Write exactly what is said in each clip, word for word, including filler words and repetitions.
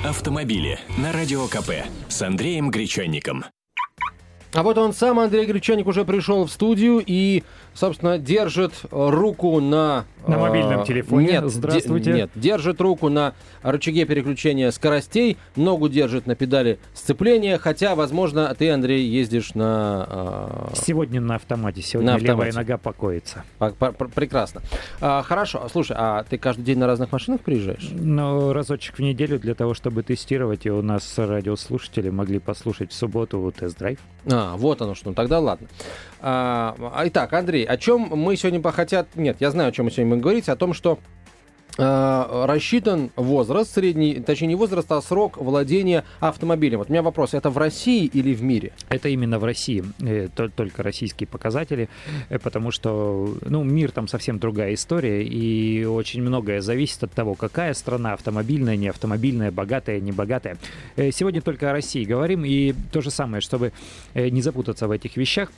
Автомобили на Радио КП с Андреем Гречанником. А вот он сам, Андрей Гречанник, уже пришел в студию и, собственно, держит руку на... На мобильном телефоне. Нет, здравствуйте. Де, нет, держит руку на рычаге переключения скоростей, ногу держит на педали сцепления, хотя, возможно, ты, Андрей, ездишь на... Э... Сегодня на автомате, сегодня на левая автомате. нога покоится. Прекрасно. А, хорошо, слушай, а ты каждый день на разных машинах приезжаешь? Ну, разочек в неделю для того, чтобы тестировать, и у нас радиослушатели могли послушать в субботу тест-драйв. А, вот оно что, ну тогда ладно. А, итак, Андрей, о чем мы сегодня похотят... Нет, я знаю, о чем мы сегодня будем говорить, о том, что э, рассчитан возраст, средний, точнее не возраст, а срок владения автомобилем. Вот у меня вопрос, это в России или в мире? Это именно в России, э, только российские показатели, э, потому что, ну, мир там совсем другая история, и очень многое зависит от того, какая страна, автомобильная, не автомобильная, богатая, не богатая. Э, сегодня только о России говорим, и то же самое, чтобы э, не запутаться в этих вещах.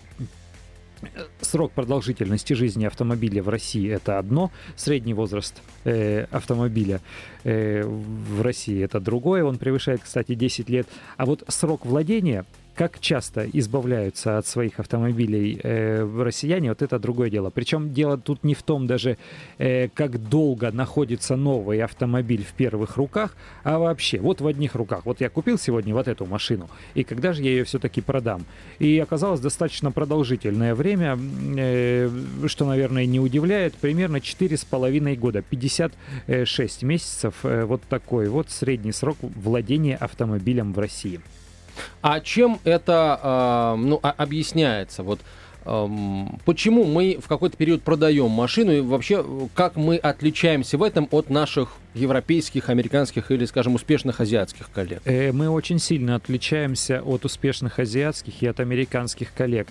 Срок продолжительности жизни автомобиля в России — это одно, средний возраст э, автомобиля э, в России — это другое, он превышает, кстати, десять лет. А вот срок владения, как часто избавляются от своих автомобилей э, россияне, вот это другое дело. Причем дело тут не в том даже, э, как долго находится новый автомобиль в первых руках, а вообще, вот в одних руках. Вот я купил сегодня вот эту машину, и когда же я ее все-таки продам? И оказалось достаточно продолжительное время, э, что, наверное, не удивляет, примерно четыре с половиной года, пятьдесят шесть месяцев, э, вот такой вот средний срок владения автомобилем в России. А чем это э, ну, а, объясняется? Вот, э, почему мы в какой-то период продаем машину и вообще как мы отличаемся в этом от наших европейских, американских или, скажем, успешных азиатских коллег? Мы очень сильно отличаемся от успешных азиатских и от американских коллег.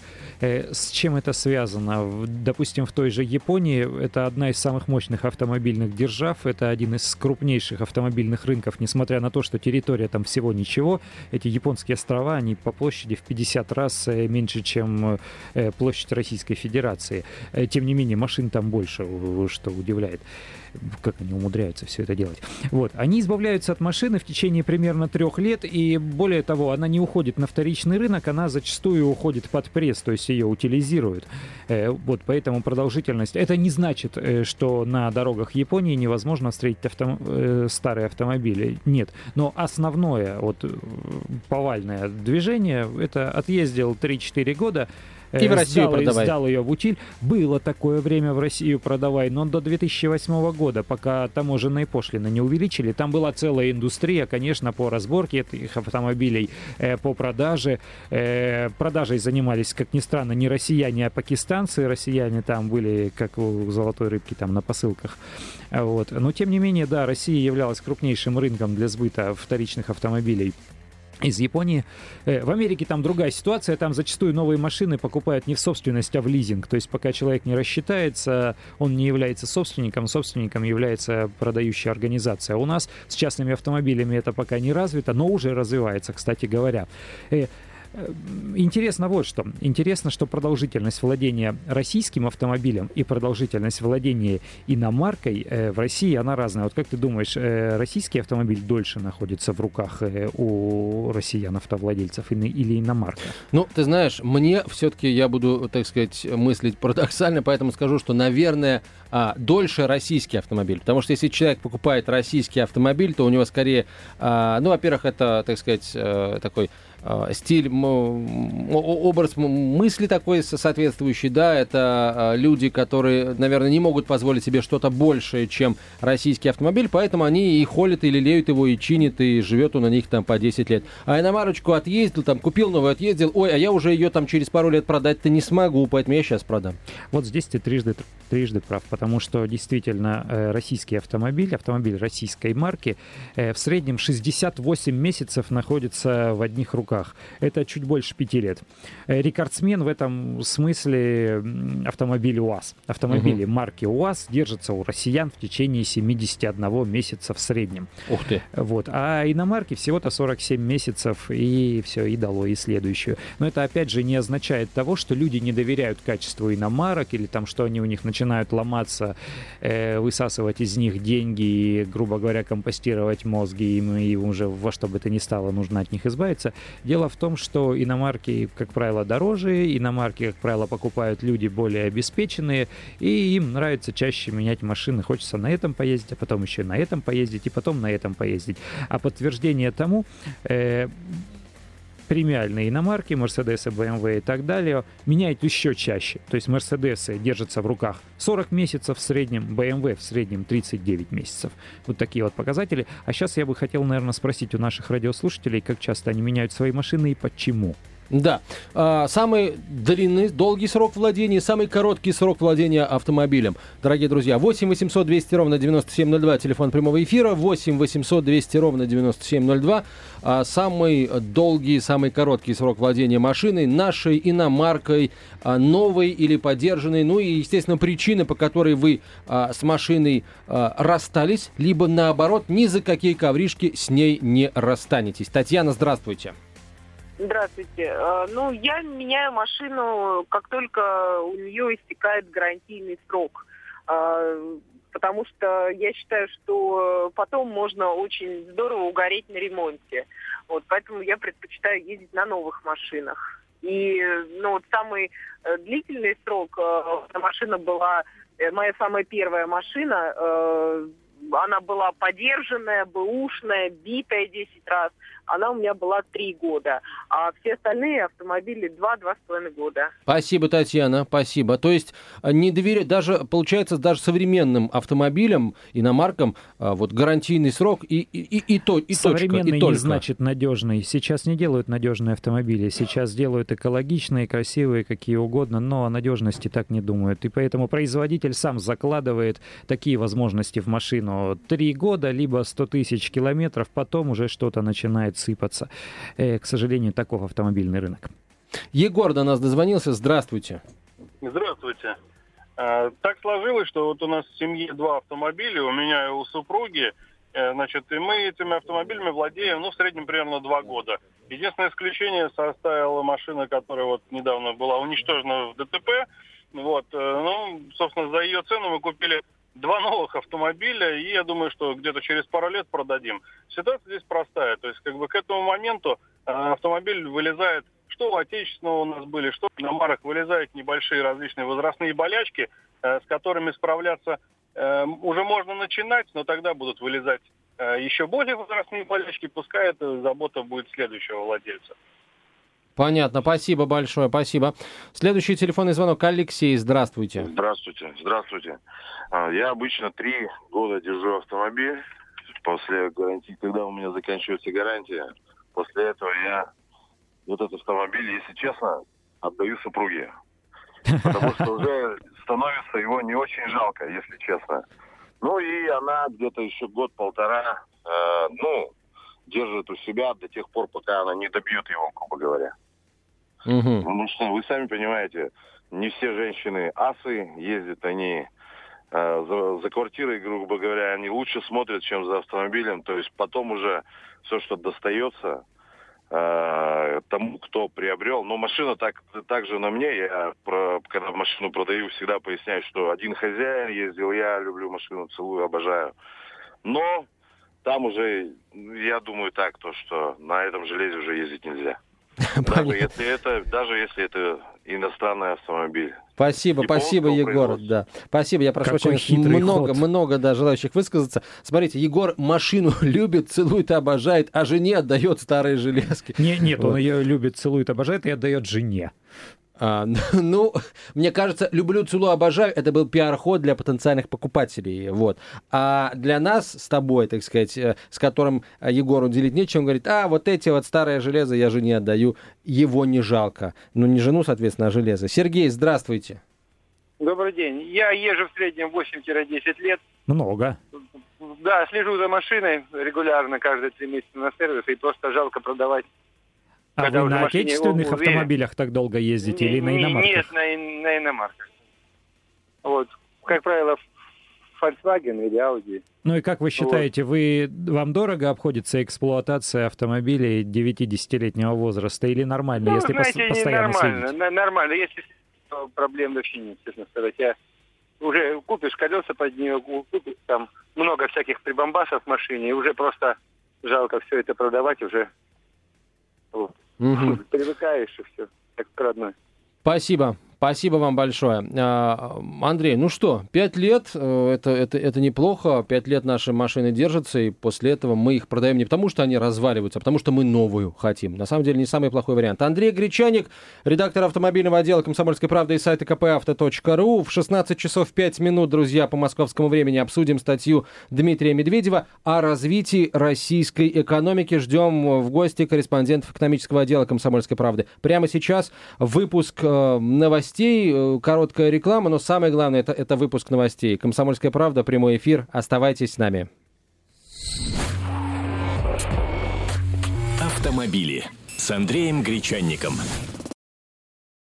С чем это связано? Допустим, в той же Японии это одна из самых мощных автомобильных держав, это один из крупнейших автомобильных рынков, несмотря на то, что территория там всего ничего. Эти японские острова, они по площади в пятьдесят раз меньше, чем площадь Российской Федерации. Тем не менее, машин там больше, что удивляет. Как они умудряются все это делать. Вот. Они избавляются от машины в течение примерно трех лет, и более того, она не уходит на вторичный рынок, она зачастую уходит под пресс, то есть ее утилизируют. Э, вот, поэтому продолжительность... Это не значит, э, что на дорогах Японии невозможно встретить авто... э, старые автомобили. Нет. Но основное вот, повальное движение, это отъездил три-четыре года, и в Россию сдал, продавай. Сдал ее в утиль. Было такое время в Россию продавай, но до две тысячи восьмого года, пока таможенные пошлины не увеличили, там была целая индустрия, конечно, по разборке этих автомобилей, э, по продаже. Э, продажей занимались, как ни странно, не россияне, а пакистанцы. Россияне там были, как у золотой рыбки, там на посылках. Вот. Но, тем не менее, да, Россия являлась крупнейшим рынком для сбыта вторичных автомобилей из Японии. В Америке там другая ситуация, там зачастую новые машины покупают не в собственность, а в лизинг. То есть пока человек не рассчитается, он не является собственником, собственником является продающая организация. У нас с частными автомобилями это пока не развито, но уже развивается, кстати говоря. Интересно вот что. Интересно, что продолжительность владения российским автомобилем и продолжительность владения иномаркой э, в России, она разная. Вот как ты думаешь, э, российский автомобиль дольше находится в руках э, у россиян-автовладельцев или иномарка? Ну, ты знаешь, мне все-таки, я буду, так сказать, мыслить парадоксально, поэтому скажу, что, наверное, а, дольше российский автомобиль. Потому что если человек покупает российский автомобиль, то у него скорее, а, ну, во-первых, это, так сказать, а, такой стиль, образ мысли такой соответствующий, да, это люди, которые, наверное, не могут позволить себе что-то большее, чем российский автомобиль, поэтому они и холят, и лелеют его, и чинят, и живет он на них там по десять лет. А иномарочку отъездил, там, купил новую, отъездил, ой, а я уже ее там через пару лет продать-то не смогу, поэтому я сейчас продам. Вот здесь ты трижды, трижды прав, потому что действительно российский автомобиль, автомобиль российской марки в среднем шестьдесят восемь месяцев находится в одних руках руках, это чуть больше пяти лет. Рекордсмен в этом смысле автомобиль УАЗ. Автомобили угу. марки УАЗ держатся у россиян в течение семьдесят один месяца в среднем. Ух ты! Вот. А иномарки всего-то сорок семь месяцев, и все, и дало, и следующую. Но это, опять же, не означает того, что люди не доверяют качеству иномарок, или там, что они у них начинают ломаться, э, высасывать из них деньги и, грубо говоря, компостировать мозги, им, и уже во что бы то ни стало нужно от них избавиться. Дело в том, что иномарки, как правило, дороже, иномарки, как правило, покупают люди более обеспеченные, и им нравится чаще менять машины. Хочется на этом поездить, а потом еще на этом поездить, и потом на этом поездить. А подтверждение тому... Э, премиальные иномарки, Мерседесы, бэ эм вэ и так далее, меняют еще чаще. То есть Мерседесы держатся в руках сорок месяцев в среднем, бэ эм вэ в среднем тридцать девять месяцев. Вот такие вот показатели. А сейчас я бы хотел, наверное, спросить у наших радиослушателей, как часто они меняют свои машины и почему. Да. А, самый длинный, долгий срок владения, самый короткий срок владения автомобилем. Дорогие друзья, восемь восемьсот двести ровно девяносто семь ноль два, телефон прямого эфира, восемь восемьсот двести ровно девяносто семь ноль два. А, самый долгий, самый короткий срок владения машиной, нашей иномаркой, а, новой или подержанной. Ну и, естественно, причины, по которой вы а, с машиной а, расстались, либо наоборот, ни за какие ковришки с ней не расстанетесь. Татьяна, здравствуйте. Здравствуйте. Ну, я меняю машину, как только у нее истекает гарантийный срок. Потому что я считаю, что потом можно очень здорово угореть на ремонте. Вот, поэтому я предпочитаю ездить на новых машинах. И ну, вот самый длительный срок машина была, моя самая первая машина, она была подержанная, бэушная, битая десять раз. Она у меня была три года. А все остальные автомобили два-два с половиной года. Спасибо, Татьяна, спасибо. То есть не доверять, даже, получается, даже современным автомобилям, иномаркам, вот гарантийный срок и, и, и, и, то, и современный точка, и только. Не значит надежный. Сейчас не делают надежные автомобили. Сейчас делают экологичные, красивые, какие угодно, но о надежности так не думают. И поэтому производитель сам закладывает такие возможности в машину. Три года, либо сто тысяч километров, потом уже что-то начинает сыпаться. Э, к сожалению, таков автомобильный рынок. Егор до нас дозвонился. Здравствуйте. Здравствуйте. А, так сложилось, что вот у нас в семье два автомобиля, у меня и у супруги. Э, значит, и мы этими автомобилями владеем, ну, в среднем примерно два года. Единственное исключение составила машина, которая вот недавно была уничтожена в ДТП. Вот, э, ну, собственно, за ее цену мы купили два новых автомобиля, и я думаю, что где-то через пару лет продадим. Ситуация здесь простая. То есть, как бы к этому моменту э, автомобиль вылезает, что у отечественного у нас были, что в иномарках вылезают небольшие различные возрастные болячки, э, с которыми справляться э, уже можно начинать, но тогда будут вылезать э, еще более возрастные болячки, пускай это забота будет следующего владельца. Понятно, спасибо большое, спасибо. Следующий телефонный звонок. Алексей, здравствуйте. Здравствуйте, здравствуйте. Я обычно три года держу автомобиль после гарантии, когда у меня заканчивается гарантия. После этого я вот этот автомобиль, если честно, отдаю супруге. Потому что уже становится его не очень жалко, если честно. Ну и она где-то еще год-полтора, э, ну, держит у себя до тех пор, пока она не добьет его, грубо говоря. Угу. Потому что вы сами понимаете, не все женщины асы, ездят они э, за, за квартирой, грубо говоря, они лучше смотрят, чем за автомобилем. То есть потом уже все, что достается э, тому, кто приобрел. Но машина так, так же на мне. Я, про, когда машину продаю, всегда поясняю, что один хозяин ездил, я люблю машину, целую, обожаю. Но там уже, я думаю так, то, что на этом железе уже ездить нельзя. Даже если это, даже если это иностранный автомобиль. Спасибо, спасибо, Егор. Да. Спасибо, я прошу очень много, много да, желающих высказаться. Смотрите, Егор машину любит, целует и обожает, а жене отдает старые железки. Не, нет, вот. Он ее любит, целует, обожает и отдает жене. А, ну, мне кажется, люблю, целую, обожаю, это был пиар-ход для потенциальных покупателей, вот. А для нас с тобой, так сказать, с которым Егору делить нечем, он говорит, а, вот эти вот старое железо я жене отдаю, его не жалко. Ну, не жену, соответственно, а железо. Сергей, здравствуйте. Добрый день. Я езжу в среднем восемь-десять лет. Много. Да, слежу за машиной регулярно, каждые три месяца на сервис, и просто жалко продавать. А Когда вы уже на машине отечественных уверен. автомобилях так долго ездите или на Не- иномарках? Нет, на, ин- на иномарках. Вот. Как правило, Volkswagen или Audi. Ну и как вы считаете, вы, вам дорого обходится эксплуатация автомобилей девяти-десятилетнего возраста или нормально, Ну, если знаете, пос- постоянно нормально, следить? на- нормально. Если то проблем вообще нет, честно сказать. Я уже купишь колеса под нее, купишь там много всяких прибамбасов в машине, и уже просто жалко все это продавать, уже вот. Мгм. Привыкаешь и все, как к родной. Спасибо. Спасибо вам большое. А, Андрей, ну что, пять лет, э, это, это, это неплохо, пять лет наши машины держатся, и после этого мы их продаем не потому, что они разваливаются, а потому, что мы новую хотим. На самом деле, не самый плохой вариант. Андрей Гречаник, редактор автомобильного отдела «Комсомольской правды» и сайта ка пэ авто точка ру. В шестнадцать часов пять минут, друзья, по московскому времени обсудим статью Дмитрия Медведева о развитии российской экономики. Ждем в гости корреспондентов экономического отдела «Комсомольской правды». Прямо сейчас выпуск э, новостей. Короткая реклама, но самое главное это, это выпуск новостей. «Комсомольская правда», прямой эфир. Оставайтесь с нами. Автомобили с Андреем Гречанником.